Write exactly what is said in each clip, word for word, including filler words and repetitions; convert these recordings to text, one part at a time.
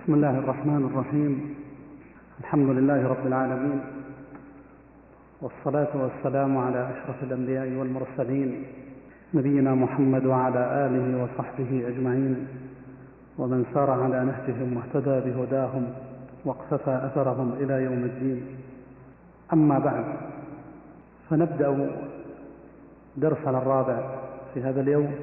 بسم الله الرحمن الرحيم. الحمد لله رب العالمين، والصلاة والسلام على أشرف الأنبياء والمرسلين نبينا محمد وعلى آله وصحبه أجمعين، ومن سار على نهجهم واهتدى بهداهم واقتفى أثرهم إلى يوم الدين. أما بعد، فنبدأ درسنا الرابع في هذا اليوم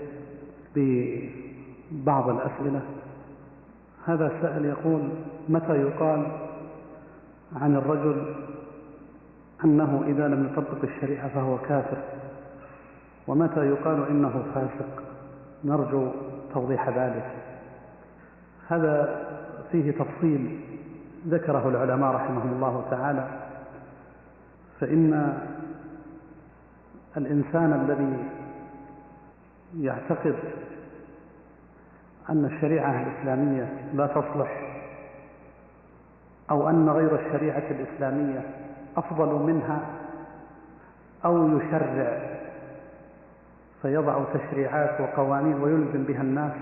ببعض الأسئلة. هذا السائل يقول: متى يقال عن الرجل أنه إذا لم يطبق الشريعة فهو كافر، ومتى يقال إنه فاسق؟ نرجو توضيح ذلك. هذا فيه تفصيل ذكره العلماء رحمهم الله تعالى. فإن الإنسان الذي يعتقد أن الشريعة الإسلامية لا تصلح، أو أن غير الشريعة الإسلامية أفضل منها، أو يشرع فيضع تشريعات وقوانين ويلزم بها الناس،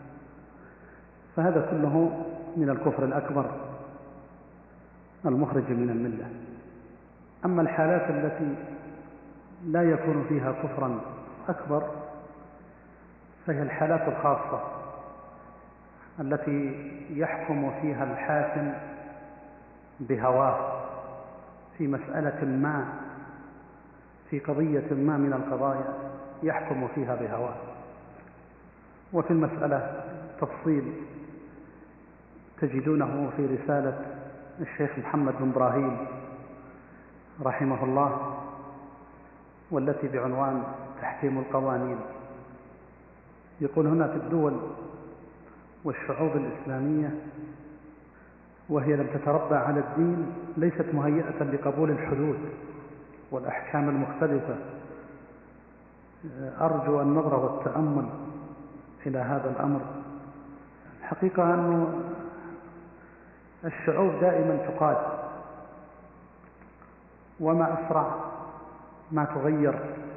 فهذا كله من الكفر الأكبر المخرج من الملة. أما الحالات التي لا يكون فيها كفرا أكبر فهي الحالات الخاصة التي يحكم فيها الحاكم بهواه في مسألة ما، في قضية ما من القضايا يحكم فيها بهواه. وفي المسألة تفصيل تجدونه في رسالة الشيخ محمد بن إبراهيم رحمه الله، والتي بعنوان تحكيم القوانين. يقول هنا: في الدول والشعوب الإسلامية وهي لم تتربى على الدين ليست مهيئة لقبول الحدود والأحكام المختلفة. أرجو النظر والتأمل إلى هذا الأمر. الحقيقة أن الشعوب دائما تقاد، وما أسرع ما تغير،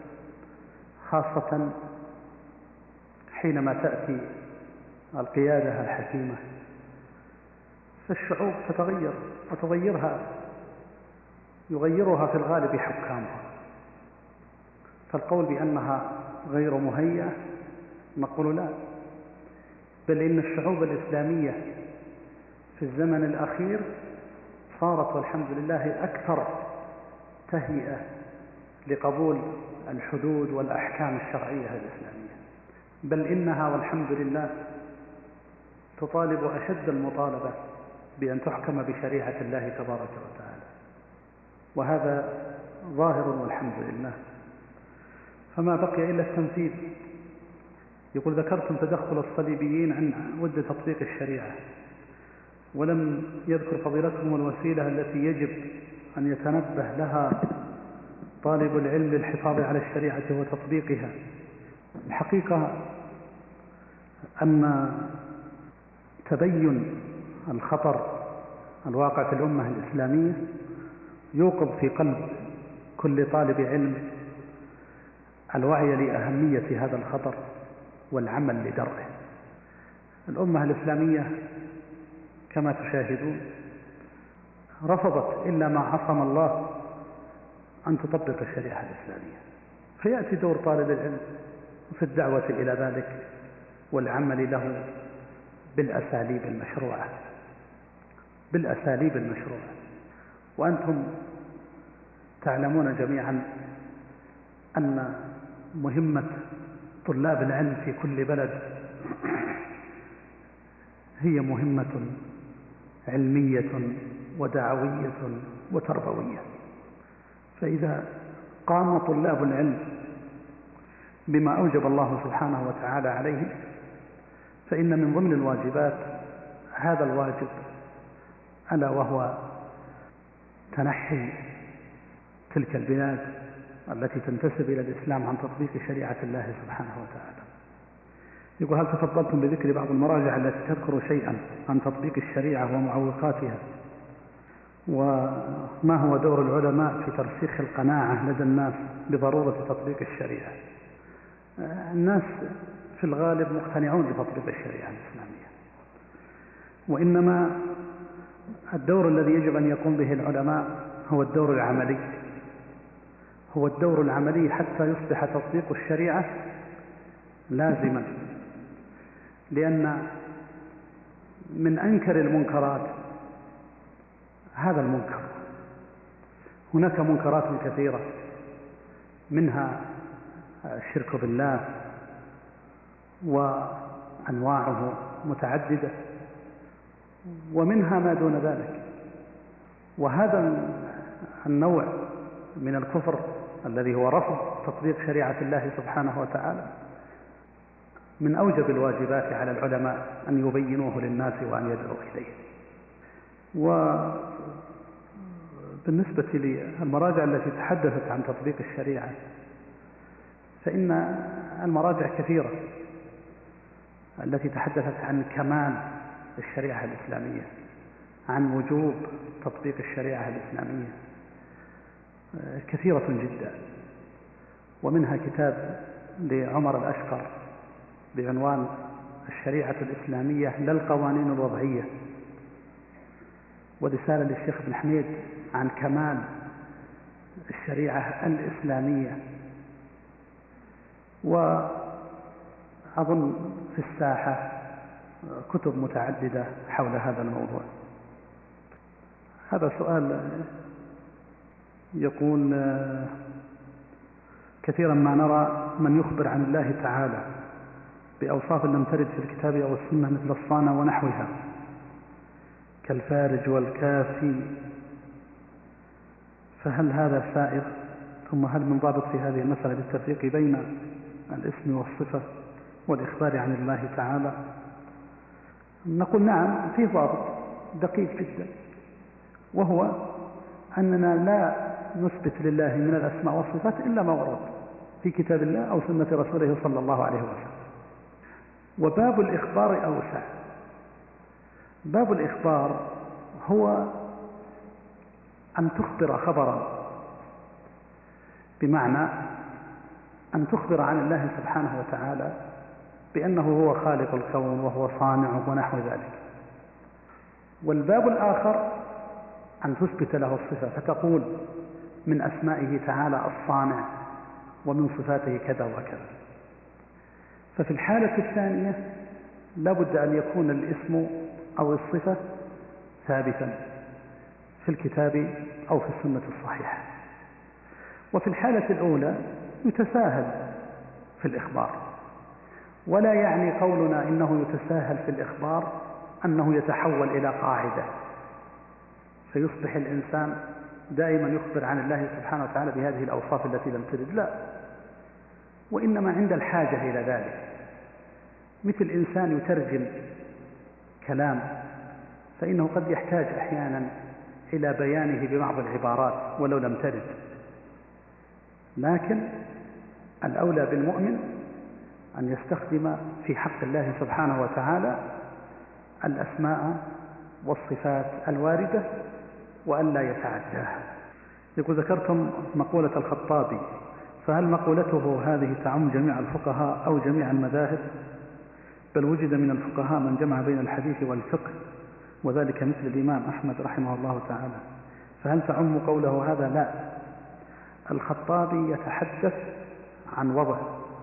خاصة حينما تأتي القيادة الحكيمة، فالشعوب تتغير، وتغيرها يغيرها في الغالب حكامها. فالقول بأنها غير مهيئة نقول لا، بل إن الشعوب الإسلامية في الزمن الأخير صارت والحمد لله أكثر تهيئة لقبول الحدود والأحكام الشرعية الإسلامية، بل إنها والحمد لله تطالب أشد المطالبة بأن تحكم بشريعة الله تبارك وتعالى، وهذا ظاهر والحمد لله. فما بقي إلا التنفيذ. يقول: ذكرتم تدخل الصليبيين عن ود تطبيق الشريعة، ولم يذكر فضيلتكم الوسيلة التي يجب أن يتنبه لها طالب العلم للحفاظ على الشريعة وتطبيقها. الحقيقة أن تبين الخطر الواقع في الأمة الإسلامية يوقظ في قلب كل طالب علم الوعي لأهمية هذا الخطر والعمل لدرءه. الأمة الإسلامية كما تشاهدون رفضت إلا ما عصم الله أن تطبق الشريعة الإسلامية، فيأتي دور طالب العلم في الدعوة إلى ذلك والعمل له بالأساليب المشروعة بالأساليب المشروعة. وأنتم تعلمون جميعا أن مهمة طلاب العلم في كل بلد هي مهمة علمية ودعوية وتربوية. فإذا قام طلاب العلم بما أوجب الله سبحانه وتعالى عليهم، فإن من ضمن الواجبات هذا الواجب، ألا وهو تنحي تلك البلاد التي تنتسب إلى الإسلام عن تطبيق شريعة الله سبحانه وتعالى. يقول: هل تفضلتم بذكر بعض المراجع التي تذكر شيئا عن تطبيق الشريعة ومعوقاتها، وما هو دور العلماء في ترسيخ القناعة لدى الناس بضرورة تطبيق الشريعة؟ الناس في الغالب مقتنعون بتطبيق الشريعة الإسلامية، وإنما الدور الذي يجب أن يقوم به العلماء هو الدور العملي، هو الدور العملي حتى يصبح تطبيق الشريعة لازما. لأن من أنكر المنكرات هذا المنكر. هناك منكرات كثيرة، منها الشرك بالله وأنواعه متعددة، ومنها ما دون ذلك. وهذا النوع من الكفر الذي هو رفض تطبيق شريعة الله سبحانه وتعالى من أوجب الواجبات على العلماء أن يبينوه للناس وأن يدعوا إليه. وبالنسبة للمراجع التي تحدثت عن تطبيق الشريعة فإن المراجع كثيرة التي تحدثت عن كمال الشريعة الإسلامية، عن وجوب تطبيق الشريعة الإسلامية، كثيرة جدا. ومنها كتاب لعمر الأشقر بعنوان الشريعة الإسلامية لا القوانين الوضعية، ورسالة للشيخ ابن حميد عن كمال الشريعة الإسلامية. وأظن في الساحة كتب متعددة حول هذا الموضوع. هذا سؤال يقول: كثيرا ما نرى من يخبر عن الله تعالى بأوصاف لم ترد في الكتاب أو السنة مثل الصانع ونحوها كالفارج والكافي، فهل هذا سائغ؟ ثم هل من ضابط في هذه المسألة للتفريق بين الاسم والصفة والإخبار عن الله تعالى؟ نقول نعم، في ضابط دقيق جدا، وهو أننا لا نثبت لله من الأسماء والصفات إلا ما ورد في كتاب الله أو سنة رسوله صلى الله عليه وسلم. وباب الإخبار أوسع. باب الإخبار هو أن تخبر خبرا، بمعنى أن تخبر عن الله سبحانه وتعالى بأنه هو خالق الكون وهو صانعه ونحو ذلك. والباب الآخر أن تثبت له الصفة، فتقول من أسمائه تعالى الصانع ومن صفاته كذا وكذا. ففي الحالة الثانية لابد أن يكون الاسم أو الصفة ثابتا في الكتاب أو في السنة الصحيحة. وفي الحالة الأولى يتساهل في الإخبار، ولا يعني قولنا إنه يتساهل في الإخبار أنه يتحول إلى قاعدة فيصبح الإنسان دائما يخبر عن الله سبحانه وتعالى بهذه الأوصاف التي لم ترد، لا. وإنما عند الحاجة إلى ذلك، مثل إنسان يترجم كلام فإنه قد يحتاج أحيانا إلى بيانه ببعض العبارات ولو لم ترد. لكن الأولى بالمؤمن أن يستخدم في حق الله سبحانه وتعالى الأسماء والصفات الواردة وأن لا يتعداها. يقول: ذكرتم مقولة الخطابي، فهل مقولته هذه تعم جميع الفقهاء أو جميع المذاهب؟ بل وجد من الفقهاء من جمع بين الحديث والفقه، وذلك مثل الإمام أحمد رحمه الله تعالى، فهل تعم قوله هذا؟ لا. الخطابي يتحدث عن وضع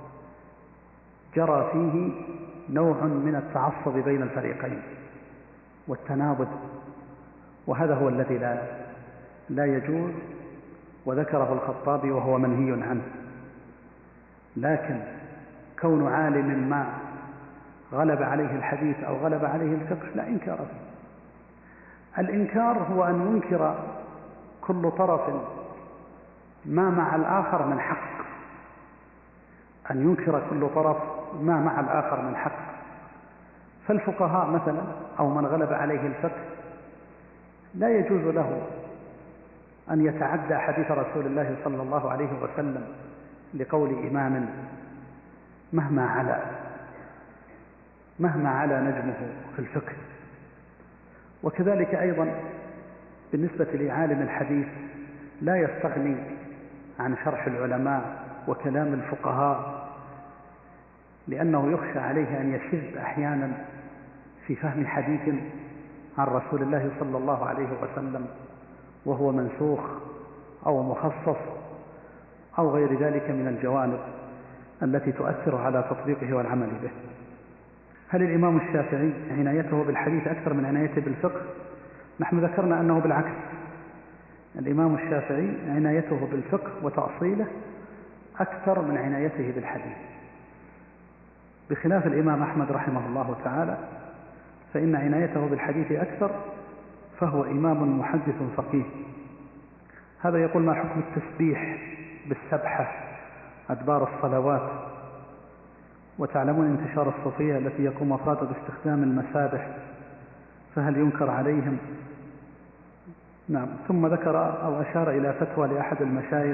جرى فيه نوع من التعصب بين الفريقين والتنابذ، وهذا هو الذي لا لا يجوز، وذكره الخطابي وهو منهي عنه. لكن كون عالم ما غلب عليه الحديث أو غلب عليه الفقه لا إنكار فيه. الإنكار هو أن ينكر كل طرف ما مع الآخر من حق، أن ينكر كل طرف ما مع الآخر من حق. فالفقهاء مثلا أو من غلب عليه الفقه لا يجوز له أن يتعدى حديث رسول الله صلى الله عليه وسلم لقول إمام مهما علا مهما علا نجمه في الفقه. وكذلك أيضا بالنسبة لعالم الحديث لا يستغني عن شرح العلماء وكلام الفقهاء، لأنه يخشى عليه أن يشذ أحيانا في فهم حديث عن رسول الله صلى الله عليه وسلم وهو منسوخ أو مخصص أو غير ذلك من الجوانب التي تؤثر على تطبيقه والعمل به. هل الإمام الشافعي عنايته بالحديث أكثر من عنايته بالفقه؟ نحن ذكرنا أنه بالعكس، الإمام الشافعي عنايته بالفقه وتأصيله أكثر من عنايته بالحديث، بخلاف الإمام أحمد رحمه الله تعالى فإن عنايته بالحديث أكثر، فهو إمام محدث فقيه. هذا يقول ما حكم التسبيح بالسبحة أدبار الصلوات؟ وتعلمون انتشار الصوفية التي يقوم أفراد باستخدام المسابح، فهل ينكر عليهم؟ نعم. ثم ذكر أو أشار إلى فتوى لأحد المشايخ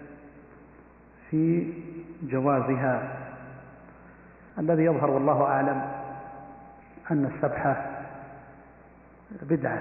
في جوازها. الذي يظهر والله أعلم أن السبحة بدعة،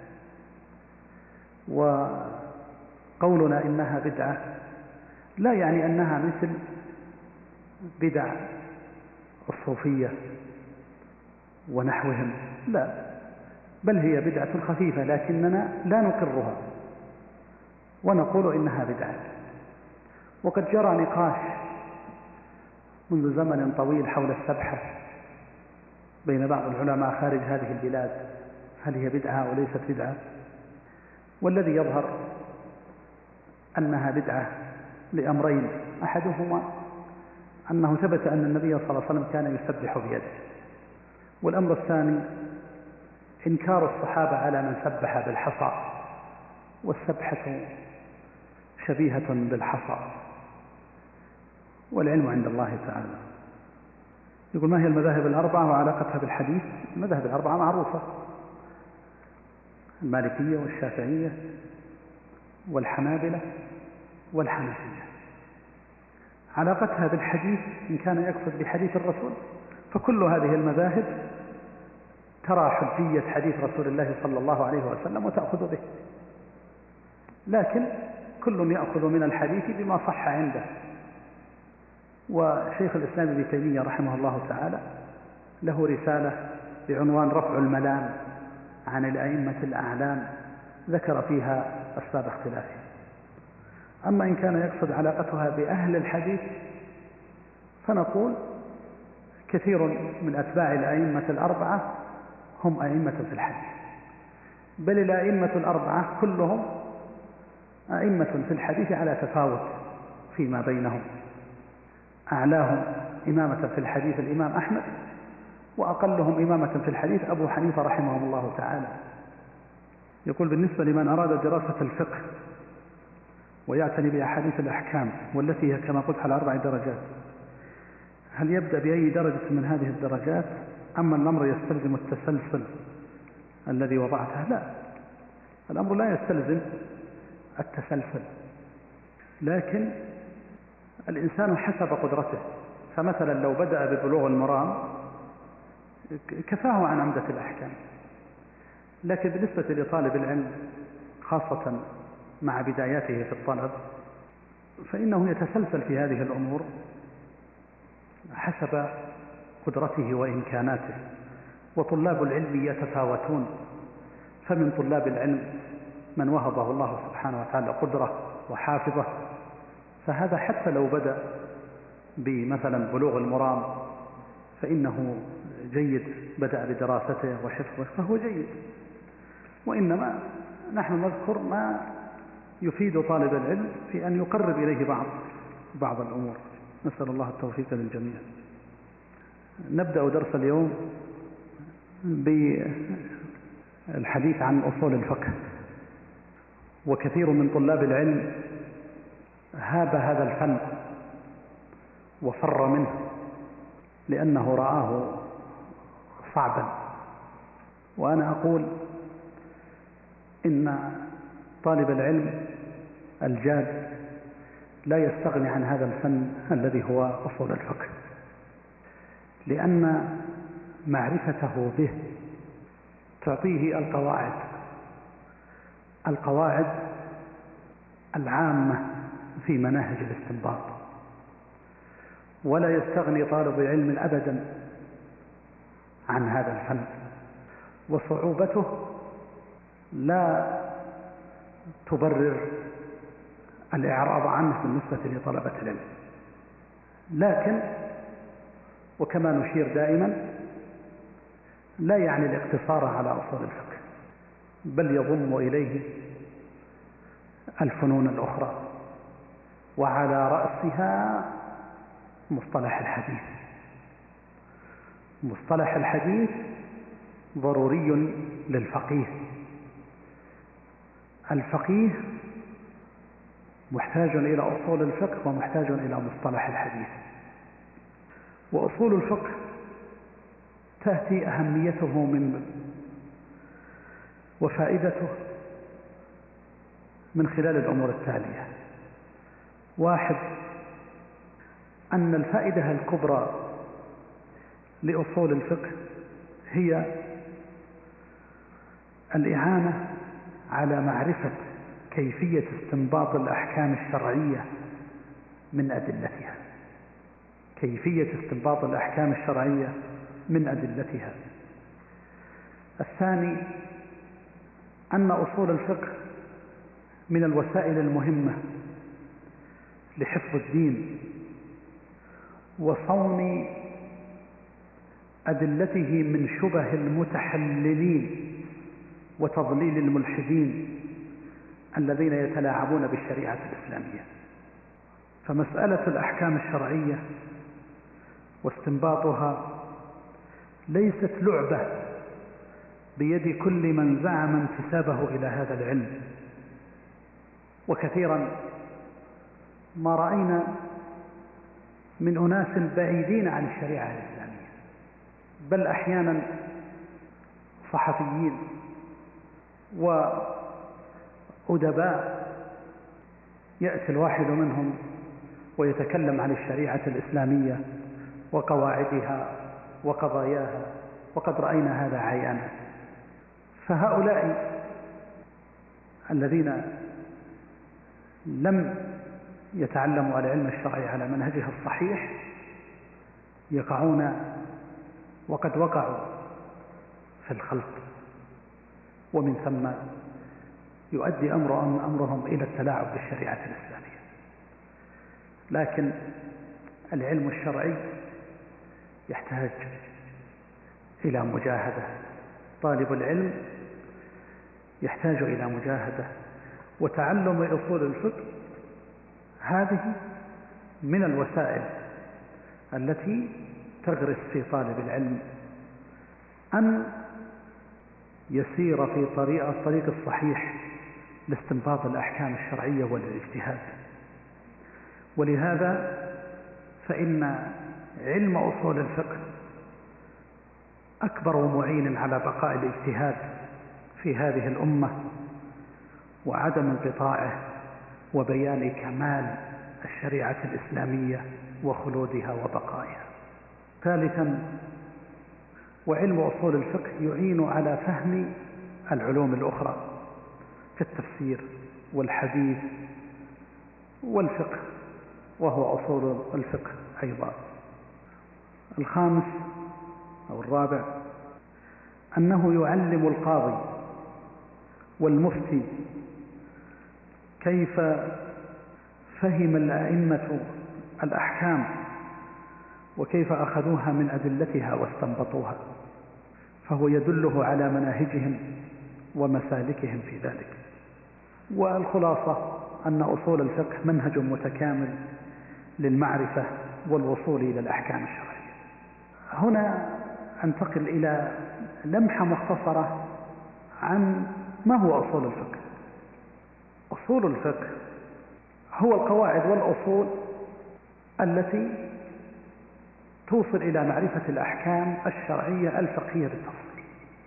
وقولنا إنها بدعة لا يعني أنها مثل بدع الصوفية ونحوهم، لا، بل هي بدعة خفيفة لكننا لا نقرها ونقول إنها بدعة. وقد جرى نقاش منذ زمن طويل حول السبحة بين بعض العلماء خارج هذه البلاد، هل هي بدعة أو ليست بدعة؟ والذي يظهر أنها بدعة لأمرين: أحدهما أنه ثبت أن النبي صلى الله عليه وسلم كان يسبح بيده، والأمر الثاني إنكار الصحابة على من سبح بالحصى، والسبحة شبيهة بالحصى والعلم عند الله تعالى. يقول: ما هي المذاهب الأربعة وعلاقتها بالحديث؟ المذاهب الأربعة معروفة: المالكية والشافعية والحنابلة والحنفية. علاقتها بالحديث إن كان يقصد بحديث الرسول فكل هذه المذاهب ترى حجية حديث رسول الله صلى الله عليه وسلم وتأخذ به، لكن كل يأخذ من الحديث بما صح عنده. وشيخ الإسلام ابن تيمية رحمه الله تعالى له رسالة بعنوان رفع الملام عن الأئمة الأعلام، ذكر فيها أسباب اختلافه. أما إن كان يقصد علاقتها بأهل الحديث فنقول كثير من أتباع الأئمة الأربعة هم أئمة في الحديث، بل الأئمة الأربعة كلهم أئمة في الحديث على تفاوت فيما بينهم. أعلاهم إمامة في الحديث الإمام أحمد، وأقلهم إمامة في الحديث أبو حنيفة رحمه الله تعالى. يقول: بالنسبة لمن أراد دراسة الفقه ويعتني بأحاديث الأحكام والتي هي كما قلت على أربع درجات، هل يبدأ بأي درجة من هذه الدرجات أما الأمر يستلزم التسلسل الذي وضعته؟ لا، الأمر لا يستلزم التسلسل، لكن الإنسان حسب قدرته. فمثلا لو بدأ ببلوغ المرام كفاه عن عمدة الأحكام، لكن بالنسبة لطالب العلم خاصة مع بداياته في الطلب فإنه يتسلسل في هذه الأمور حسب قدرته وإمكاناته. وطلاب العلم يتفاوتون، فمن طلاب العلم من وهبه الله سبحانه وتعالى قدرة وحافظة، فهذا حتى لو بدأ بمثلا بلوغ المرام فإنه جيد، بدأ بدراسته وحفظه فهو جيد. وإنما نحن نذكر ما يفيد طالب العلم في أن يقرب إليه بعض بعض الأمور. نسأل الله التوفيق للجميع. نبدأ درس اليوم بالحديث عن أصول الفقه. وكثير من طلاب العلم هاب هذا الفن وفر منه لأنه رآه صعبا، وأنا أقول إن طالب العلم الجاد لا يستغني عن هذا الفن الذي هو أصول الفقه، لأن معرفته به تعطيه القواعد القواعد العامة في مناهج الاستنباط. ولا يستغني طالب علم أبدا عن هذا الفن، وصعوبته لا تبرر الإعراض عنه بالنسبة لطلبة العلم، لكن وكما نشير دائما لا يعني الاقتصار على أصول الفقه، بل يضم إليه الفنون الأخرى، وعلى رأسها مصطلح الحديث. مصطلح الحديث ضروري للفقيه. الفقيه محتاج إلى أصول الفقه ومحتاج إلى مصطلح الحديث. وأصول الفقه تأتي أهميته من وفائدته من خلال الأمور التالية: واحد، أن الفائدة الكبرى لأصول الفقه هي الإعانة على معرفة كيفية استنباط الأحكام الشرعية من أدلتها. كيفية استنباط الأحكام الشرعية من أدلتها. الثاني، أن أصول الفقه من الوسائل المهمة لحفظ الدين وصون أدلته من شبه المتحللين وتضليل الملحدين الذين يتلاعبون بالشريعة الإسلامية. فمسألة الأحكام الشرعية واستنباطها ليست لعبة بيد كل من زعم انتسابه إلى هذا العلم. وكثيرا ما رأينا من أناس بعيدين عن الشريعة الإسلامية، بل أحيانا صحفيين وأدباء يأتي الواحد منهم ويتكلم عن الشريعة الإسلامية وقواعدها وقضاياها، وقد رأينا هذا عيانا. فهؤلاء الذين لم يتعلموا العلم الشرعي على منهجه الصحيح يقعون وقد وقعوا في الخلط، ومن ثم يؤدي أمر أمرهم إلى التلاعب بالشريعة الإسلامية. لكن العلم الشرعي يحتاج إلى مجاهدة. طالب العلم يحتاج إلى مجاهدة، وتعلم أصول الفقه هذه من الوسائل التي تغرس في طالب العلم أن يسير في طريق الطريق الصحيح لاستنباط الأحكام الشرعية والاجتهاد. ولهذا فإن علم أصول الفقه أكبر معين على بقاء الاجتهاد في هذه الأمة وعدم انقطاعه وبيان كمال الشريعة الإسلامية وخلودها وبقائها. ثالثا، وعلم أصول الفقه يعين على فهم العلوم الأخرى كالتفسير والحديث والفقه، وهو أصول الفقه أيضا. الخامس أو الرابع، أنه يعلم القاضي والمفتي كيف فهم الأئمة الأحكام وكيف أخذوها من أدلتها واستنبطوها، فهو يدله على مناهجهم ومسالكهم في ذلك. والخلاصة أن أصول الفقه منهج متكامل للمعرفة والوصول إلى الأحكام الشرعية. هنا أنتقل إلى لمحة مختصرة عن ما هو أصول الفقه. أصول الفقه هو القواعد والأصول التي توصل إلى معرفة الأحكام الشرعية الفقهية بالتفصيل.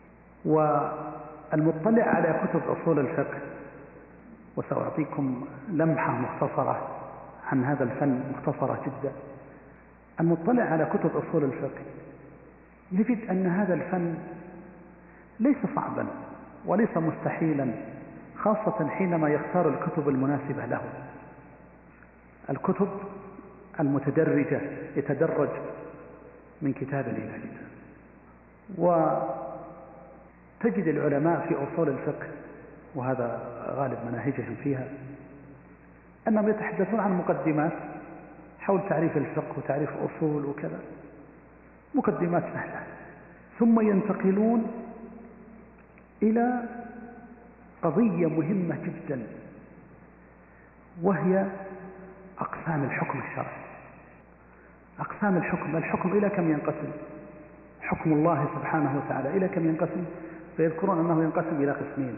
والمطلع على كتب أصول الفقه، وسأعطيكم لمحة مختصرة عن هذا الفن مختصرة جدا، المطلع على كتب أصول الفقه يجد أن هذا الفن ليس صعبا وليس مستحيلا، خاصة حينما يختار الكتب المناسبة له. الكتب المتدرجة يتدرج من كتاب إلى كتاب، تجد العلماء في أصول الفقه، وهذا غالب مناهجهم فيها، أنهم يتحدثون عن مقدمات حول تعريف الفقه وتعريف أصول وكذا، مقدمات سهلة، ثم ينتقلون إلى قضية مهمة جدا، وهي أقسام الحكم الشرعي. أقسام الحكم، الحكم إلى كم ينقسم؟ حكم الله سبحانه وتعالى إلى كم ينقسم؟ فيذكرون أنه ينقسم إلى قسمين: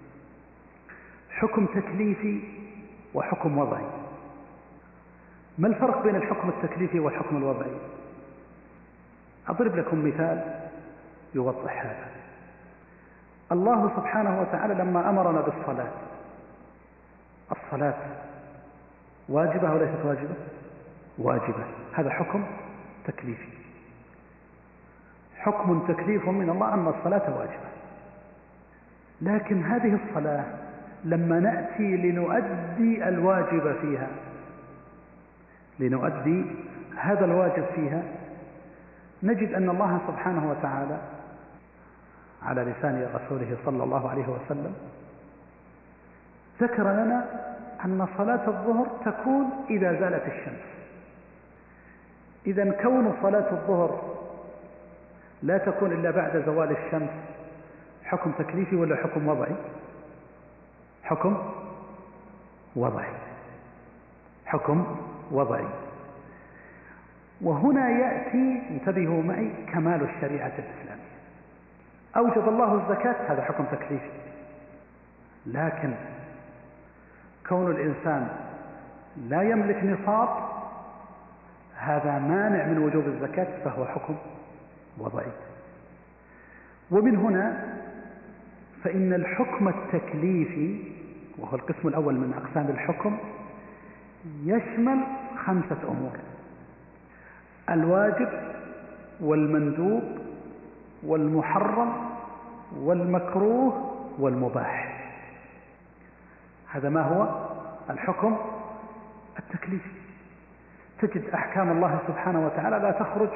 حكم تكليفي وحكم وضعي. ما الفرق بين الحكم التكليفي والحكم الوضعي؟ أضرب لكم مثال يوضح هذا. الله سبحانه وتعالى لما أمرنا بالصلاة، الصلاة واجبة وليست واجبة؟ واجبة، هذا حكم تكليفي، حكم تكليف من الله أن الصلاة واجبة. لكن هذه الصلاة لما نأتي لنؤدي الواجب فيها، لنؤدي هذا الواجب فيها، نجد أن الله سبحانه وتعالى على لسان رسوله صلى الله عليه وسلم ذكر لنا أن صلاة الظهر تكون إذا زالت الشمس. إذن كون صلاة الظهر لا تكون إلا بعد زوال الشمس حكم تكليفي ولا حكم وضعي؟ حكم وضعي، حكم وضعي. وهنا يأتي، انتبهوا معي، كمال الشريعة الإسلامية. أوجب الله الزكاة، هذا حكم تكليفي، لكن كون الإنسان لا يملك نصاب هذا مانع من وجوب الزكاة، فهو حكم وضعي. ومن هنا فإن الحكم التكليفي، وهو القسم الأول من أقسام الحكم، يشمل خمسة أمور: الواجب والمندوب والمحرم والمكروه والمباح. هذا ما هو الحكم التكليفي. تجد أحكام الله سبحانه وتعالى لا تخرج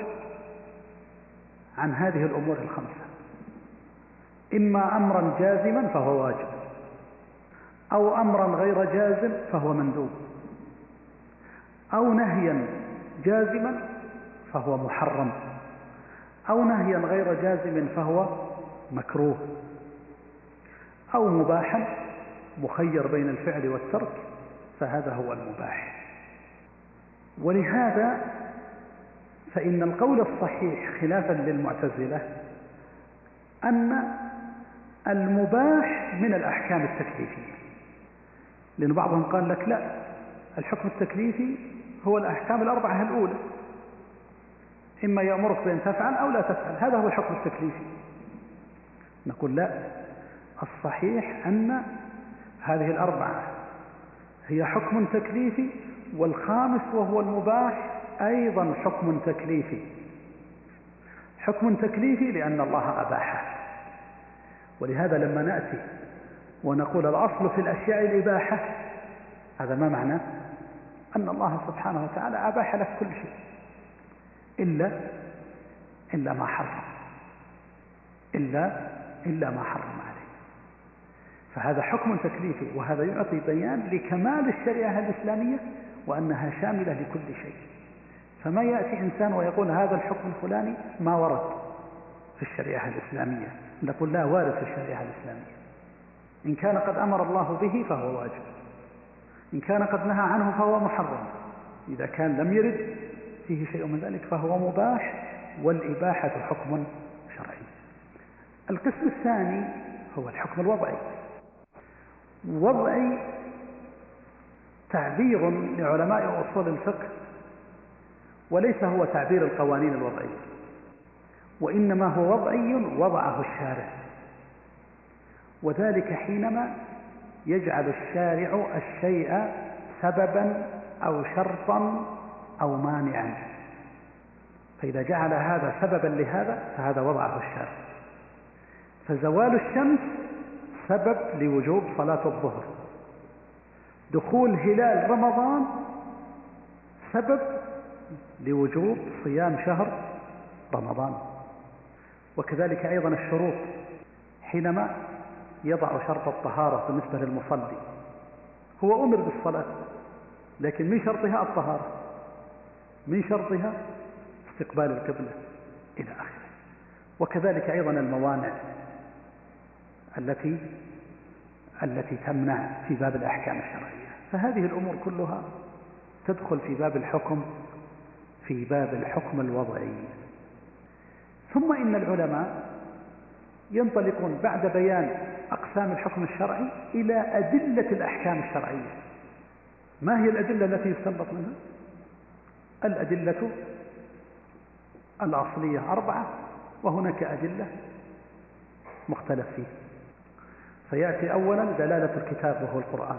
عن هذه الأمور الخمسة: إما أمرا جازما فهو واجب، أو أمرا غير جازم فهو مندوب، أو نهيا جازما فهو محرم، أو نهيا غير جازم فهو مكروه، أو مباحا مخير بين الفعل والترك فهذا هو المباح. ولهذا فإن القول الصحيح خلافا للمعتزلة أن المباح من الأحكام التكليفية، لأن بعضهم قال لك لا، الحكم التكليفي هو الأحكام الأربعة الأولى، إما يأمرك بأن تفعل أو لا تفعل، هذا هو الحكم التكليفي. نقول لا، الصحيح أن هذه الأربعة هي حكم تكليفي، والخامس وهو المباح أيضا حكم تكليفي. حكم تكليفي لأن الله أباحه. ولهذا لما نأتي ونقول الأصل في الأشياء الإباحة، هذا ما معناه؟ أن الله سبحانه وتعالى أباح لك كل شيء إلا إلا ما حرم، إلا إلا ما حرم عليه. فهذا حكم تكليفي، وهذا يعطي بيان لكمال الشريعة الإسلامية وأنها شاملة لكل شيء. فما يأتي إنسان ويقول هذا الحكم الفلاني ما ورد في الشريعة الإسلامية، نقول لا، وارد في الشريعة الإسلامية. إن كان قد أمر الله به فهو واجب، إن كان قد نهى عنه فهو محرم، إذا كان لم يرد فيه شيء من ذلك فهو مباح، والإباحة حكم شرعي. القسم الثاني هو الحكم الوضعي. وضعي تعبير لعلماء أصول الفقه، وليس هو تعبير القوانين الوضعية، وإنما هو وضعي وضعه الشارع، وذلك حينما يجعل الشارع الشيء سببا أو شرطا أو مانعا. فإذا جعل هذا سببا لهذا فهذا وضعه الشارع. فزوال الشمس سبب لوجوب صلاة الظهر، دخول هلال رمضان سبب لوجوب صيام شهر رمضان، وكذلك أيضا الشروط. حينما يضع شرط الطهارة بالنسبة للمصلي. هو أمر بالصلاة، لكن من شرطها الطهارة، من شرطها استقبال القبلة إلى آخره. وكذلك أيضا الموانع التي التي تمنع في باب الأحكام الشرعية. فهذه الأمور كلها تدخل في باب الحكم في باب الحكم الوضعي. ثم إن العلماء ينطلقون بعد بيان أقسام الحكم الشرعي إلى أدلة الأحكام الشرعية. ما هي الأدلة التي يستنبط منها؟ الأدلة الأصلية أربعة، وهناك أدلة مختلف فيه. فيأتي أولا دلالة الكتاب وهو القرآن،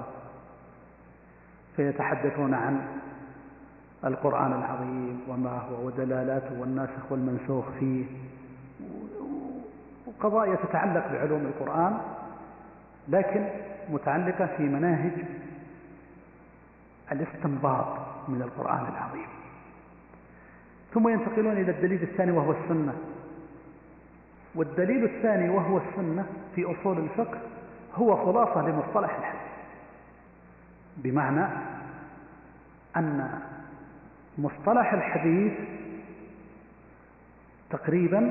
فيتحدثون عن القرآن العظيم وما هو ودلالاته والناسخ والمنسوخ فيه، وقضايا تتعلق بعلوم القرآن لكن متعلقة في مناهج الاستنباط من القرآن العظيم. ثم ينتقلون إلى الدليل الثاني وهو السنة. والدليل الثاني وهو السنة في أصول الفقه هو خلاصة لمصطلح الحديث، بمعنى أن مصطلح الحديث تقريبا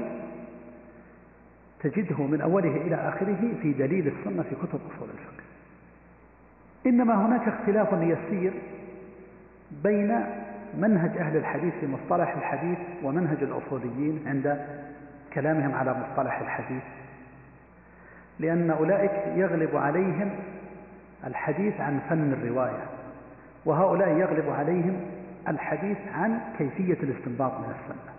تجده من أوله إلى آخره في دليل السنة في كتب أصول الفقه. إنما هناك اختلاف يسير بين منهج أهل الحديث في مصطلح الحديث ومنهج الأصوليين عند كلامهم على مصطلح الحديث، لأن أولئك يغلب عليهم الحديث عن فن الرواية، وهؤلاء يغلب عليهم الحديث عن كيفية الاستنباط من السنة،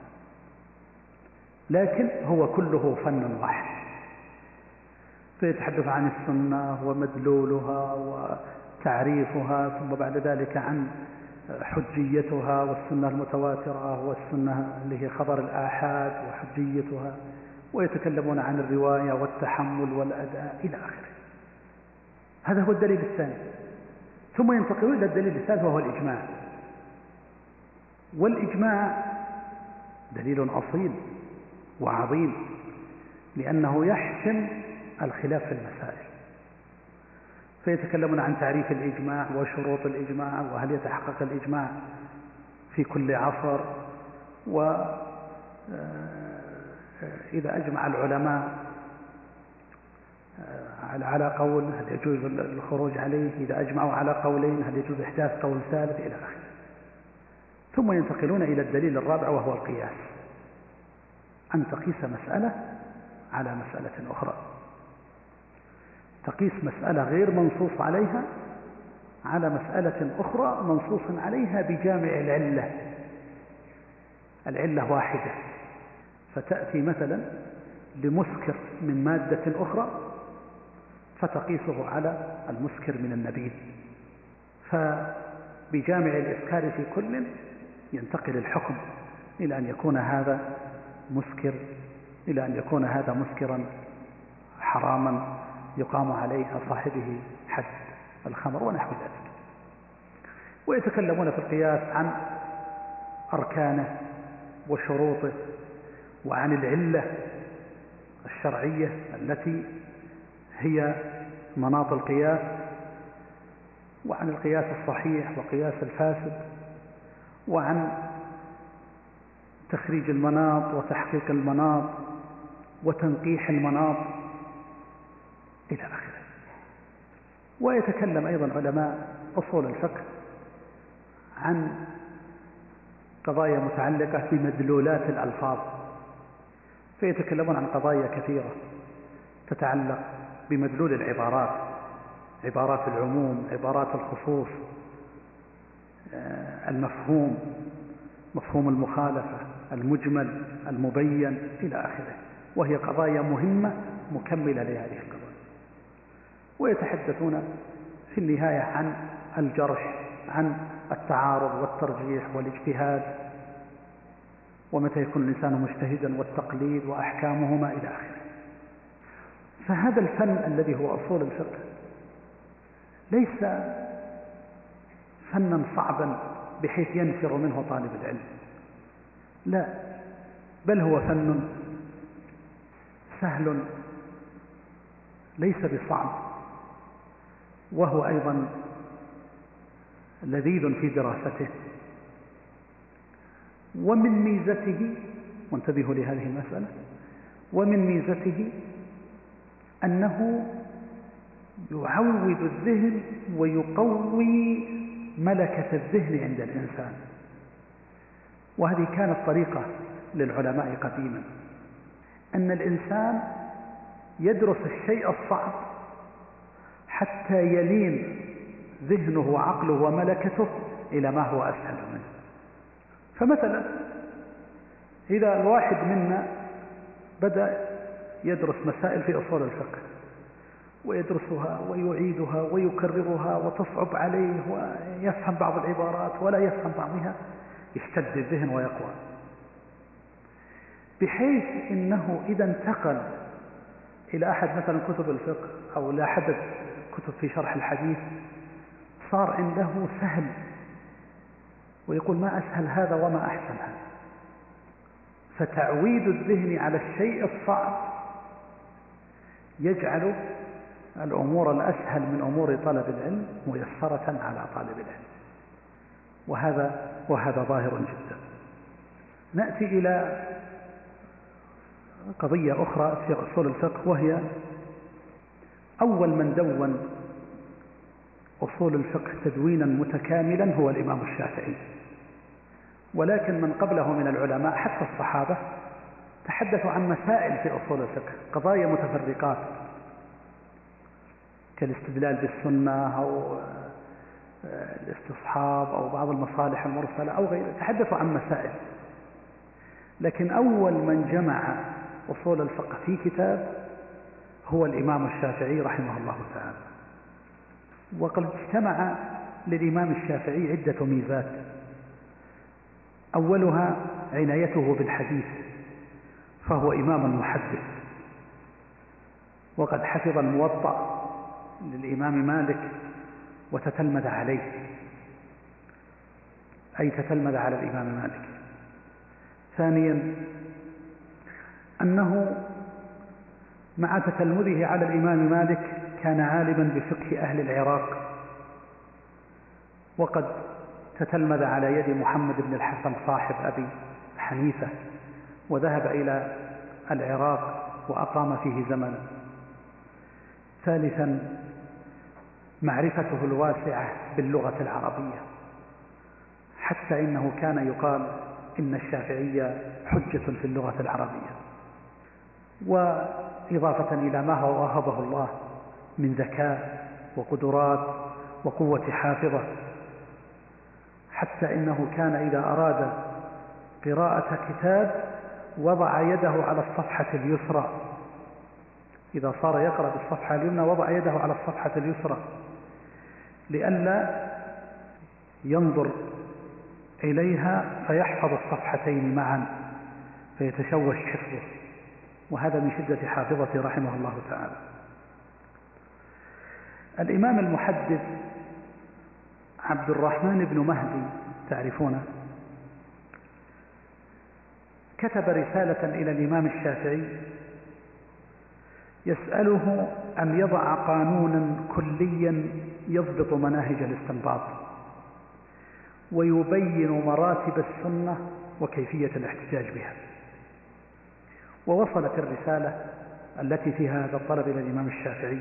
لكن هو كله فن واحد. فيتحدث عن السنة ومدلولها وتعريفها، ثم بعد ذلك عن حجيتها والسنة المتواترة والسنة اللي هي خبر الآحاد وحجيتها، ويتكلمون عن الرواية والتحمل والأداء إلى آخره. هذا هو الدليل الثاني. ثم ينتقلون إلى الدليل الثالث وهو الإجماع. والإجماع دليل أصيل وعظيم، لأنه يحسم الخلاف في المسائل. فيتكلمون عن تعريف الإجماع وشروط الإجماع، وهل يتحقق الإجماع في كل عصر، وإذا أجمع العلماء على قول هل يجوز الخروج عليه، إذا أجمعوا على قولين هل يجوز إحداث قول ثالث إلى آخره. ثم ينتقلون إلى الدليل الرابع وهو القياس، أن تقيس مسألة على مسألة أخرى، تقيس مسألة غير منصوص عليها على مسألة أخرى منصوص عليها بجامع العلة. العلة واحدة، فتأتي مثلا لمسكر من مادة أخرى فتقيسه على المسكر من النبيذ، فبجامع الإسكار في كل ينتقل الحكم إلى أن يكون هذا مسكر إلى أن يكون هذا مسكرا حراما يقام عليه صاحبه حد الخمر ونحو ذلك. ويتكلمون في القياس عن أركانه وشروطه، وعن العلة الشرعية التي هي مناط القياس، وعن القياس الصحيح وقياس الفاسد، وعن تخريج المناط وتحقيق المناط وتنقيح المناط إلى آخره. ويتكلم أيضا علماء أصول الفقه عن قضايا متعلقة بمدلولات الألفاظ، فيتكلمون عن قضايا كثيرة تتعلق بمدلول العبارات، عبارات العموم، عبارات الخصوص، المفهوم، مفهوم المخالفة، المجمل، المبين إلى آخره، وهي قضايا مهمة مكملة لهذه القضايا. ويتحدثون في النهاية عن الجرح، عن التعارض والترجيح والاجتهاد، ومتى يكون الإنسان مجتهدا، والتقليد وأحكامهما إلى آخره. فهذا الفن الذي هو أصول الفقه ليس فنا صعبا بحيث ينفر منه طالب العلم، لا، بل هو فن سهل ليس بصعب، وهو أيضا لذيذ في دراسته. ومن ميزته، وانتبهوا لهذه المسألة، ومن ميزته أنه يعود الذهن ويقوي ملكة الذهن عند الإنسان. وهذه كانت طريقة للعلماء قديما، أن الإنسان يدرس الشيء الصعب حتى يلين ذهنه وعقله وملكته إلى ما هو أسهل منه. فمثلا إذا الواحد منا بدأ يدرس مسائل في أصول الفقه ويدرسها ويعيدها ويكررها وتصعب عليه ويفهم بعض العبارات ولا يفهم بعضها، يشتد الذهن ويقوى، بحيث إنه إذا انتقل إلى أحد مثلا كتب الفقه أو إلى أحد كتب في شرح الحديث صار عنده سهل، ويقول ما أسهل هذا وما أحسن هذا. فتعويد الذهن على الشيء الصعب يجعل الأمور الأسهل من أمور طلب العلم ميسرة على طالب العلم، وهذا وهذا ظاهر جدا. نأتي إلى قضية أخرى في أصول الفقه، وهي أول من دون أصول الفقه تدوينا متكاملا هو الإمام الشافعي، ولكن من قبله من العلماء حتى الصحابة تحدثوا عن مسائل في أصول الفقه، قضايا متفرقات كالاستدلال بالسنة أو الاستصحاب أو بعض المصالح المرسلة أو غيره، تحدثوا عن مسائل. لكن أول من جمع أصول الفقه في كتاب هو الإمام الشافعي رحمه الله تعالى. وقد اجتمع للإمام الشافعي عدة ميزات، أولها عنايته بالحديث، فهو إمام محدث، وقد حفظ الموطأ للإمام مالك وتتلمذ عليه، أي تتلمذ على الإمام مالك. ثانيا أنه مع تتلمذه على الإمام مالك كان عالما بفقه أهل العراق، وقد تتلمذ على يد محمد بن الحسن صاحب أبي حنيفة، وذهب إلى العراق وأقام فيه زمنا. ثالثا معرفته الواسعة باللغة العربية، حتى إنه كان يقال إن الشافعي حجة في اللغة العربية. وإضافة إلى ما هو وهبه الله من ذكاء وقدرات وقوة حافظة، حتى إنه كان إذا أراد قراءة كتاب وضع يده على الصفحة اليسرى، إذا صار يقرأ بالصفحة اليمنى وضع يده على الصفحة اليسرى لئلا ينظر إليها فيحفظ الصفحتين معا فيتشوش حفظه، وهذا من شدة حافظته رحمه الله تعالى. الإمام المحدث عبد الرحمن بن مهدي تعرفونه، كتب رسالة إلى الإمام الشافعي يسأله أن يضع قانونا كليا يضبط مناهج الاستنباط ويبين مراتب السنة وكيفية الاحتجاج بها. ووصلت الرسالة التي فيها هذا الطلب إلى الإمام الشافعي،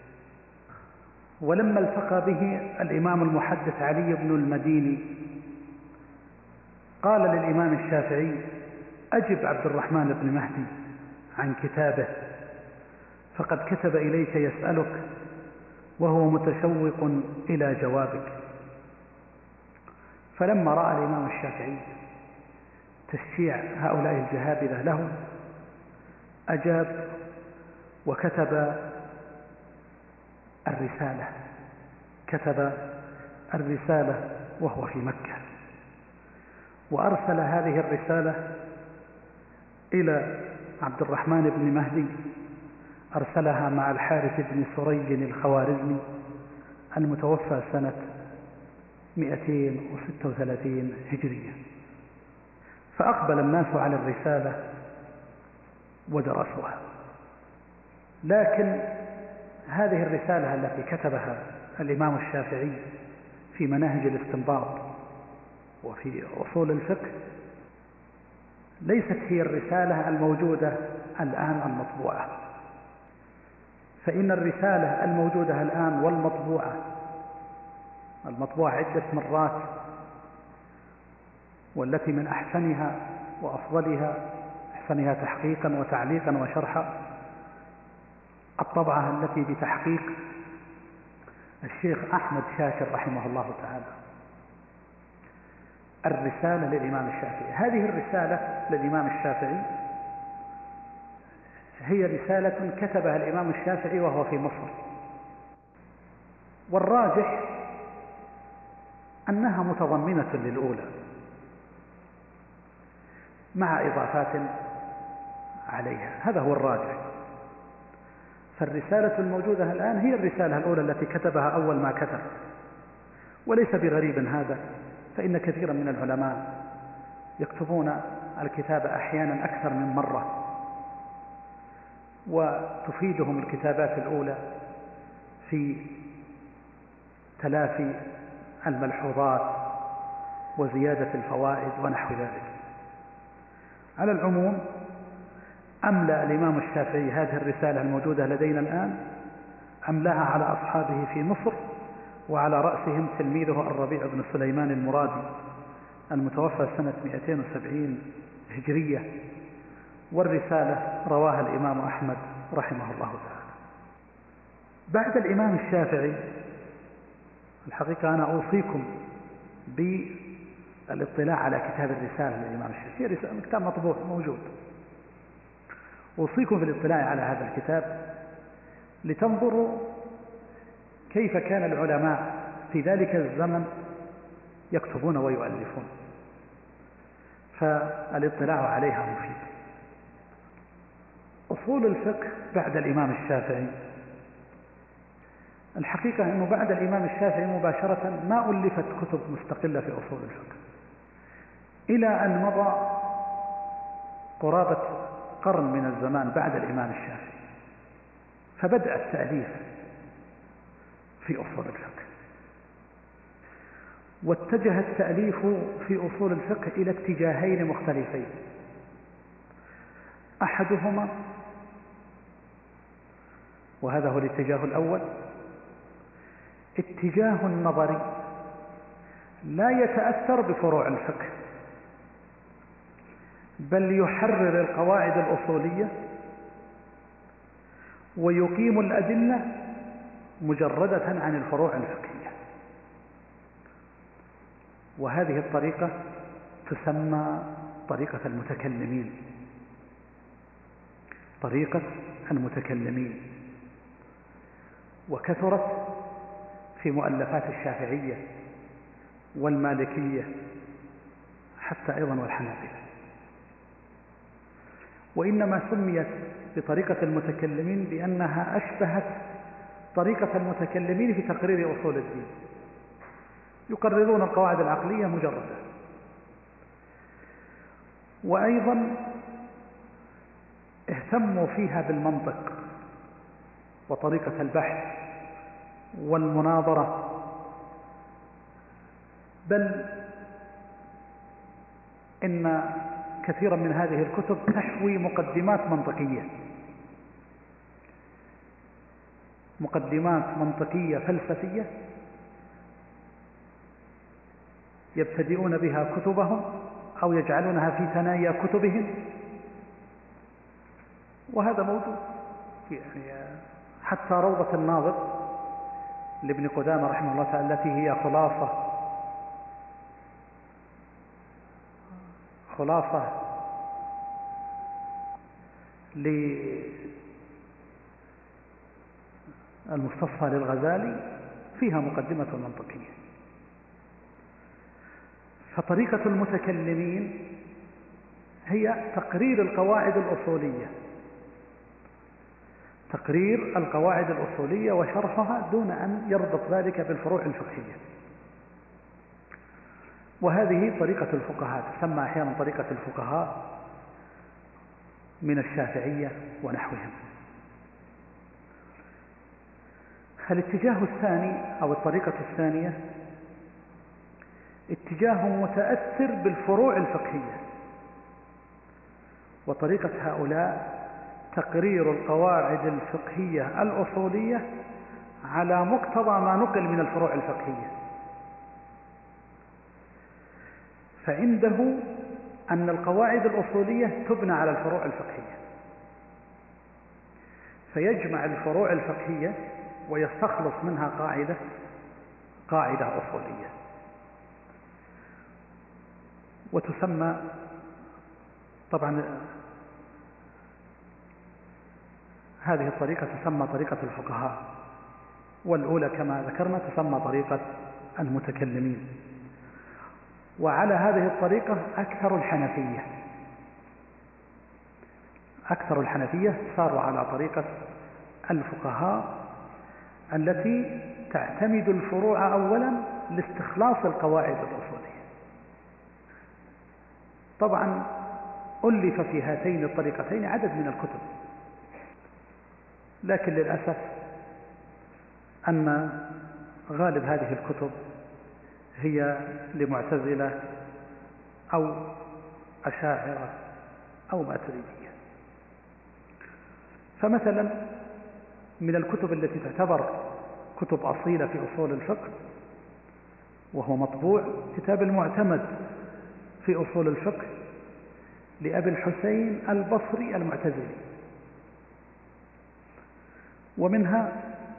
ولما التقى به الإمام المحدث علي بن المديني قال للإمام الشافعي: أجب عبد الرحمن بن مهدي عن كتابه، فقد كتب إليك يسألك وهو متشوق إلى جوابك. فلما رأى الإمام الشافعي تشجيع هؤلاء الجهابذة له أجاب وكتب الرسالة كتب الرسالة وهو في مكة، وأرسل هذه الرسالة إلى عبد الرحمن بن مهدي، أرسلها مع الحارث بن سري الخوارزمي المتوفى سنة مئتين وستة وثلاثين هجرية. فأقبل الناس على الرسالة ودرسوها، لكن هذه الرسالة التي كتبها الإمام الشافعي في مناهج الاستنباط وفي أصول الفقه ليست هي الرسالة الموجودة الآن المطبوعة، فإن الرسالة الموجودة الآن والمطبوعة المطبوعة عدة مرات والتي من أحسنها وأفضلها أحسنها تحقيقا وتعليقا وشرحا الطبعة التي بتحقيق الشيخ أحمد شاكر رحمه الله تعالى، الرسالة للإمام الشافعي. هذه الرسالة للإمام الشافعي هي رسالة كتبها الإمام الشافعي وهو في مصر، والراجح أنها متضمنة للأولى مع إضافات عليها، هذا هو الراجح. فالرسالة الموجودة الآن هي الرسالة الأولى التي كتبها أول ما كتب، وليس بغريب هذا، فإن كثيرا من العلماء يكتبون الكتاب أحيانا أكثر من مرة، وتفيدهم الكتابات الأولى في تلافي الملحوظات وزيادة الفوائد ونحو ذلك. على العموم أملأ الإمام الشافعي هذه الرسالة الموجودة لدينا الآن، أملاها على أصحابه في مصر، وعلى رأسهم تلميذه الربيع بن سليمان المرادي المتوفى سنة مئتين وسبعين هجرية، والرسالة رواها الإمام أحمد رحمه الله تعالى. بعد الإمام الشافعي الحقيقة أنا أوصيكم بالاطلاع على كتاب الرسالة للإمام الشافعي، رسالة كتاب مطبوع موجود، أوصيكم بالاطلاع على هذا الكتاب لتنظروا كيف كان العلماء في ذلك الزمن يكتبون ويؤلفون، فالاطلاع عليها مفيد. أصول الفقه بعد الإمام الشافعي، الحقيقة أنه بعد الإمام الشافعي مباشرة ما ألفت كتب مستقلة في أصول الفقه إلى أن مضى قرابة قرن من الزمان بعد الإمام الشافعي، فبدأ التأليف في أصول الفقه، واتجه التأليف في أصول الفقه إلى اتجاهين مختلفين. أحدهما، وهذا هو الاتجاه الأول، اتجاه نظري لا يتأثر بفروع الفقه، بل يحرر القواعد الأصولية ويقيم الأدلة مجردة عن الفروع الفقهية. وهذه الطريقة تسمى طريقة المتكلمين، طريقة المتكلمين، وكثرت في مؤلفات الشافعية والمالكية حتى أيضا والحنابلة. وإنما سميت بطريقة المتكلمين بأنها أشبهت طريقة المتكلمين في تقرير أصول الدين، يقررون القواعد العقلية مجردة. وأيضا اهتموا فيها بالمنطق وطريقة البحث والمناظرة، بل إن كثيرا من هذه الكتب تحوي مقدمات منطقية، مقدمات منطقية فلسفية يبتدئون بها كتبهم أو يجعلونها في ثنايا كتبهم، وهذا موجود يعني حتى روضة الناظر لابن قدامة رحمه الله تعالى التي هي خلاصة خلاصة للمستصفى للغزالي فيها مقدمة منطقية. فطريقة المتكلمين هي تقرير القواعد الأصولية، تقرير القواعد الأصولية وشرحها دون أن يربط ذلك بالفروع الفقهية. وهذه طريقة الفقهاء، تسمى أحيانا طريقة الفقهاء من الشافعية ونحوهم. فالاتجاه الثاني أو الطريقة الثانية اتجاه متأثر بالفروع الفقهية، وطريقة هؤلاء تقرير القواعد الفقهية الأصولية على مقتضى ما نقل من الفروع الفقهية. فعنده أن القواعد الأصولية تبنى على الفروع الفقهية، فيجمع الفروع الفقهية ويستخلص منها قاعدة قاعدة أصولية، وتسمى طبعا هذه الطريقة تسمى طريقة الفقهاء، والأولى كما ذكرنا تسمى طريقة المتكلمين. وعلى هذه الطريقة أكثر الحنفية أكثر الحنفية صاروا على طريقة الفقهاء التي تعتمد الفروع أولا لاستخلاص القواعد الأصولية. طبعا ألف في هاتين الطريقتين عدد من الكتب، لكن للأسف أن غالب هذه الكتب هي لمعتزلة أو أشاعرة أو ماتريدية. فمثلا من الكتب التي تعتبر كتب أصيلة في أصول الفقه وهو مطبوع كتاب المعتمد في أصول الفقه لأبي الحسين البصري المعتزلي، ومنها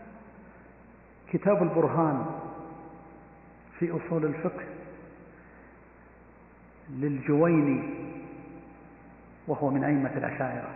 كتاب البرهان في أصول الفقه للجويني وهو من أئمة الأشاعرة،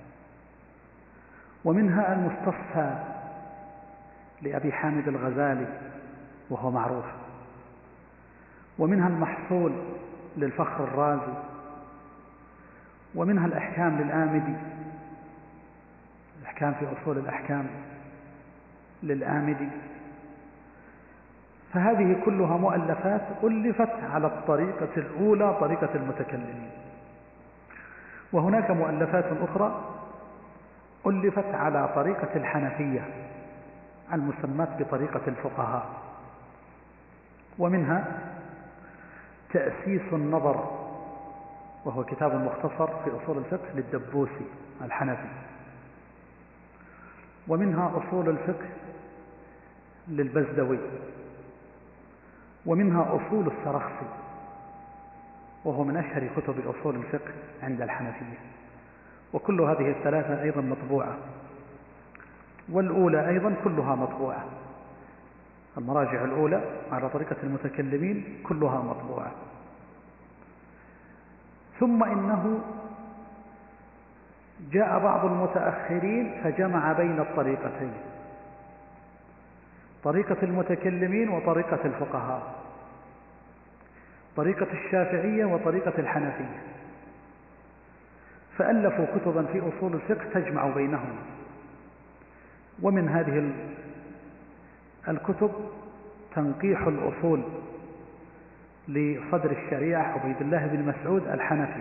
ومنها المستصفى لأبي حامد الغزالي وهو معروف، ومنها المحصول للفخر الرازي، ومنها الأحكام للآمدي، الأحكام في أصول الأحكام للآمدي. فهذه كلها مؤلفات ألفت على الطريقة الأولى طريقة المتكلمين. وهناك مؤلفات أخرى ألفت على طريقة الحنفية المسمات بطريقة الفقهاء، ومنها تأسيس النظر وهو كتاب مختصر في أصول الفقه للدبوسي الحنفي، ومنها أصول الفقه للبزدوي، ومنها أصول السرخسي وهو من أشهر كتب أصول الفقه عند الحنفية. وكل هذه الثلاثة أيضا مطبوعة، والأولى أيضا كلها مطبوعة. المراجع الأولى على طريقة المتكلمين كلها مطبوعة. ثم إنه جاء بعض المتأخرين فجمع بين الطريقتين، طريقة المتكلمين وطريقة الفقهاء، طريقة الشافعية وطريقة الحنفية، فألفوا كتبا في أصول الفقه تجمع بينهم. ومن هذه الكتب تنقيح الأصول لصدر الشريعة عبيد الله بن مسعود الحنفي،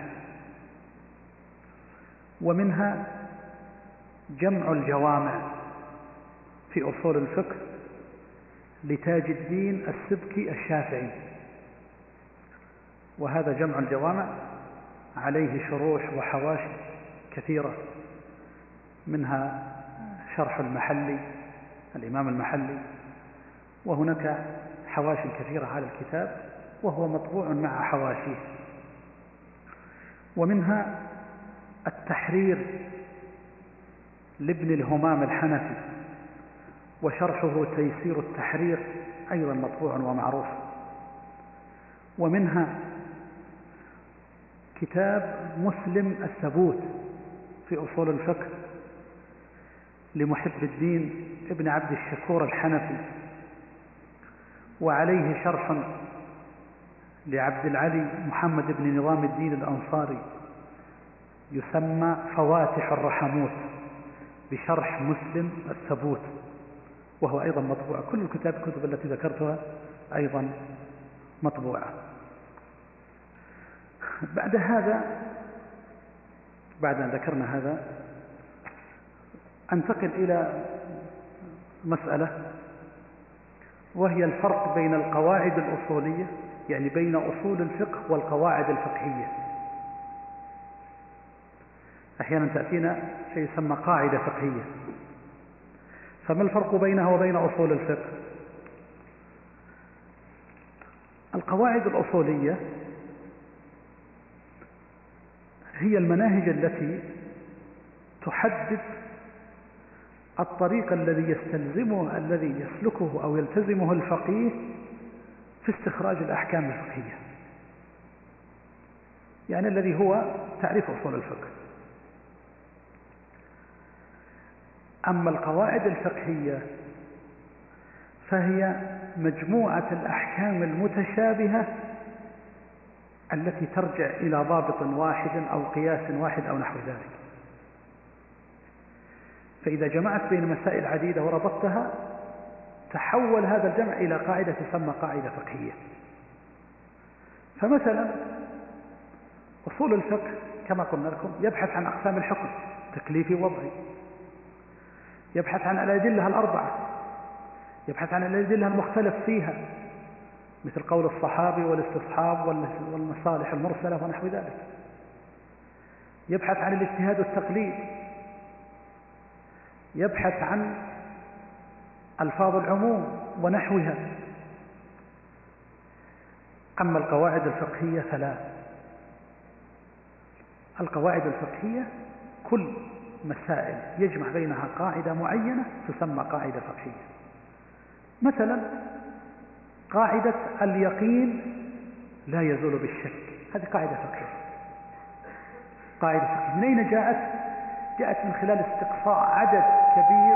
ومنها جمع الجوامع في أصول الفقه لتاج الدين السبكي الشافعي، وهذا جمع الجوامع عليه شروح وحواشي كثيرة، منها شرح المحلي الإمام المحلي، وهناك حواشي كثيرة على الكتاب وهو مطبوع مع حواشيه. ومنها التحرير لابن الهمام الحنفي وشرحه تيسير التحرير أيضا مطبوع ومعروف. ومنها كتاب مسلم الثبوت في أصول الفقه لمحب الدين ابن عبد الشكور الحنفي، وعليه شرح لعبد العلي محمد بن نظام الدين الأنصاري يسمى فواتح الرحموت بشرح مسلم الثبوت، وهو أيضا مطبوع. كل الكتاب الكتب التي ذكرتها أيضا مطبوعة. بعد هذا بعد أن ذكرنا هذا أنتقل إلى مسألة وهي الفرق بين القواعد الأصولية، يعني بين أصول الفقه والقواعد الفقهية. أحيانا تأتينا شيء يسمى قاعدة فقهية، فما الفرق بينها وبين أصول الفقه؟ القواعد الأصولية هي المناهج التي تحدد الطريق الذي يستلزمه الذي يسلكه أو يلتزمه الفقيه في استخراج الأحكام الفقهية، يعني الذي هو تعريف أصول الفقه. أما القواعد الفقهية فهي مجموعة الأحكام المتشابهة التي ترجع إلى ضابط واحد أو قياس واحد أو نحو ذلك. فإذا جمعت بين مسائل عديدة وربطتها تحول هذا الجمع إلى قاعدة تسمى قاعدة فقهية. فمثلا أصول الفقه كما قلنا لكم يبحث عن أقسام الحكم، تكليفي ووضعي، يبحث عن الأدلة الأربعة، يبحث عن الأدلة المختلف فيها مثل قول الصحابي والاستصحاب والمصالح المرسلة ونحو ذلك، يبحث عن الاجتهاد والتقليد، يبحث عن ألفاظ العموم ونحوها. أما القواعد الفقهية فلا، القواعد الفقهية كل مسائل يجمع بينها قاعدة معينة تسمى قاعدة فقهية. مثلا قاعدة اليقين لا يزول بالشك، هذه قاعدة فقهية. قاعدة فقهية من أين جاءت؟ جاءت من خلال استقصاء عدد كبير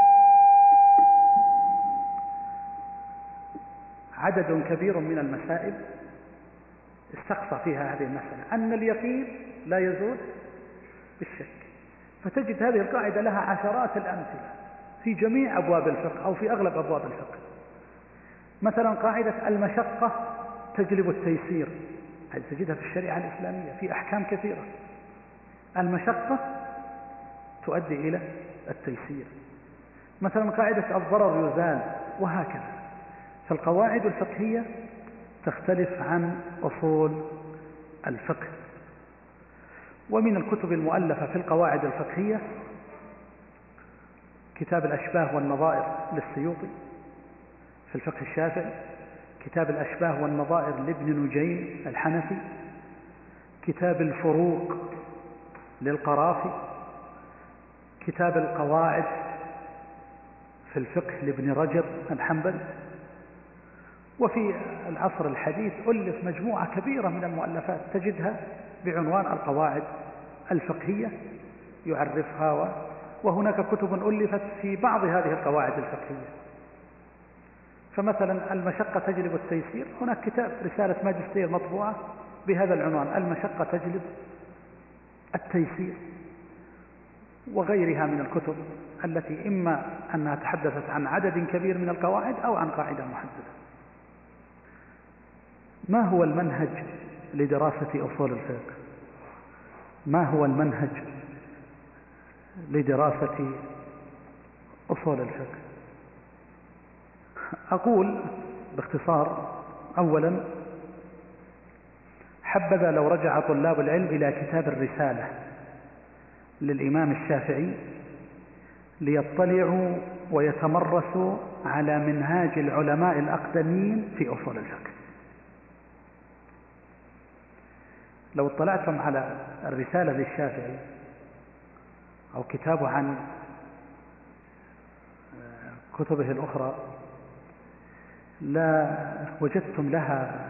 عدد كبير من المسائل استقصى فيها هذه المسألة أن اليقين لا يزول بالشك، فتجد هذه القاعدة لها عشرات الأمثلة في جميع أبواب الفقه أو في أغلب أبواب الفقه. مثلا قاعدة المشقة تجلب التيسير، هذه تجدها في الشريعة الإسلامية في أحكام كثيرة. المشقة تؤدي إلى التيسير. مثلا قاعدة الضرر يزال، وهكذا. فالقواعد الفقهية تختلف عن أصول الفقه. ومن الكتب المؤلفة في القواعد الفقهية كتاب الأشباه والنظائر للسيوطي في الفقه الشافعي، كتاب الأشباه والنظائر لابن نجيم الحنفي، كتاب الفروق للقرافي، كتاب القواعد في الفقه لابن رجب الحنبلي. وفي العصر الحديث ألف مجموعة كبيرة من المؤلفات تجدها بعنوان القواعد الفقهية يعرفها، وهناك كتب ألفت في بعض هذه القواعد الفقهية. فمثلا المشقة تجلب التيسير، هناك كتاب رسالة ماجستير مطبوعة بهذا العنوان، المشقة تجلب التيسير، وغيرها من الكتب التي إما أنها تحدثت عن عدد كبير من القواعد أو عن قاعدة محددة. ما هو المنهج لدراسة أصول الفقه؟ ما هو المنهج لدراسة أصول الفقه؟ أقول باختصار: أولا، حبذا لو رجع طلاب العلم إلى كتاب الرسالة للإمام الشافعي ليطلعوا ويتمرسوا على منهاج العلماء الأقدمين في أصول الفقه. لو اطلعتم على الرسالة للشافعي أو كتابه عن كتبه الأخرى لا وجدتم لها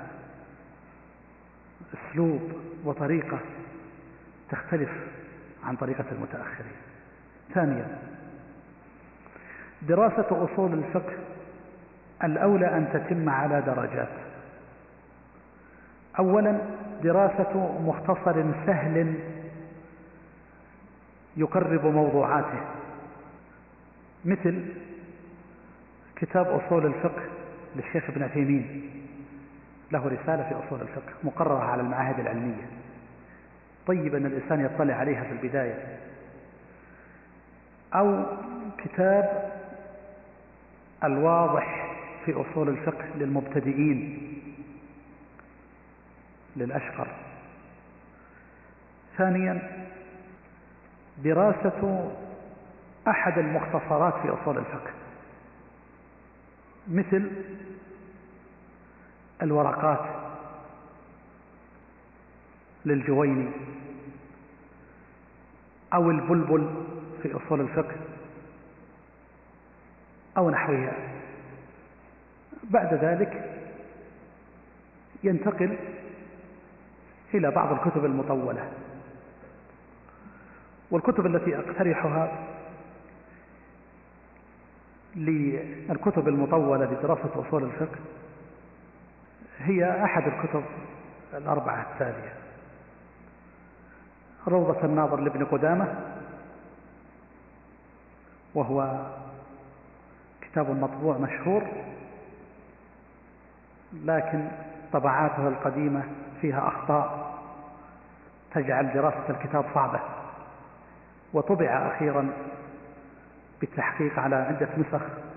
أسلوب وطريقة تختلف عن طريقة المتأخرين. ثانيا، دراسة أصول الفقه الأولى أن تتم على درجات. أولا، دراسة مختصر سهل يقرب موضوعاته، مثل كتاب أصول الفقه للشيخ ابن عثيمين، له رسالة في أصول الفقه مقررة على المعاهد العلمية، طيب أن الإنسان يطلع عليها في البداية. أو كتاب الواضح في أصول الفقه للمبتدئين للأشقر. ثانيا دراسة أحد المختصرات في أصول الفقه مثل الورقات للجويني أو البلبل في أصول الفقه أو نحوها. بعد ذلك ينتقل إلى بعض الكتب المطولة، والكتب التي أقترحها للكتب المطولة لدراسة أصول الفقه هي أحد الكتب الأربعة التالية: روضة الناظر لابن قدامة، وهو كتاب مطبوع مشهور، لكن طبعاته القديمة فيها أخطاء تجعل دراسة الكتاب صعبة، وطبع أخيرا بالتحقيق على عدة نسخ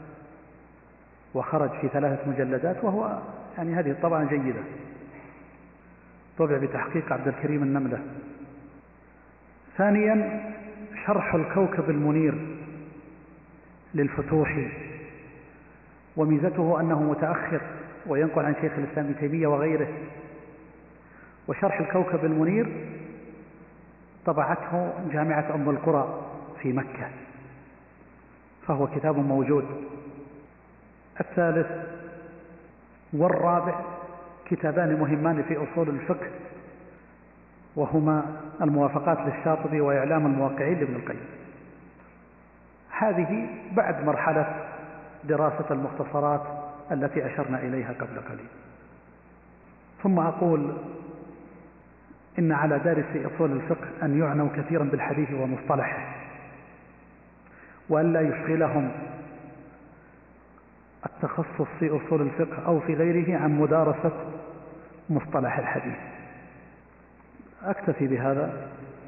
وخرج في ثلاثة مجلدات، وهو يعني هذه الطبعة جيدة، طبع بتحقيق عبد الكريم النملة. ثانيا شرح الكوكب المنير للفتوحي، وميزته أنه متأخر وينقل عن شيخ الإسلام ابن تيمية وغيره. وشرح الكوكب المنير طبعته جامعة أم القرى في مكة، فهو كتاب موجود. الثالث والرابع كتابان مهمان في أصول الفقه، وهما الموافقات للشاطبي وإعلام الموقعين لابن القيم. هذه بعد مرحلة دراسة المختصرات التي أشرنا إليها قبل قليل. ثم أقول إن على دارسي أصول الفقه أن يعنوا كثيرا بالحديث ومصطلحه، وأن لا يشغلهم التخصص في أصول الفقه أو في غيره عن مدارسة مصطلح الحديث. أكتفي بهذا،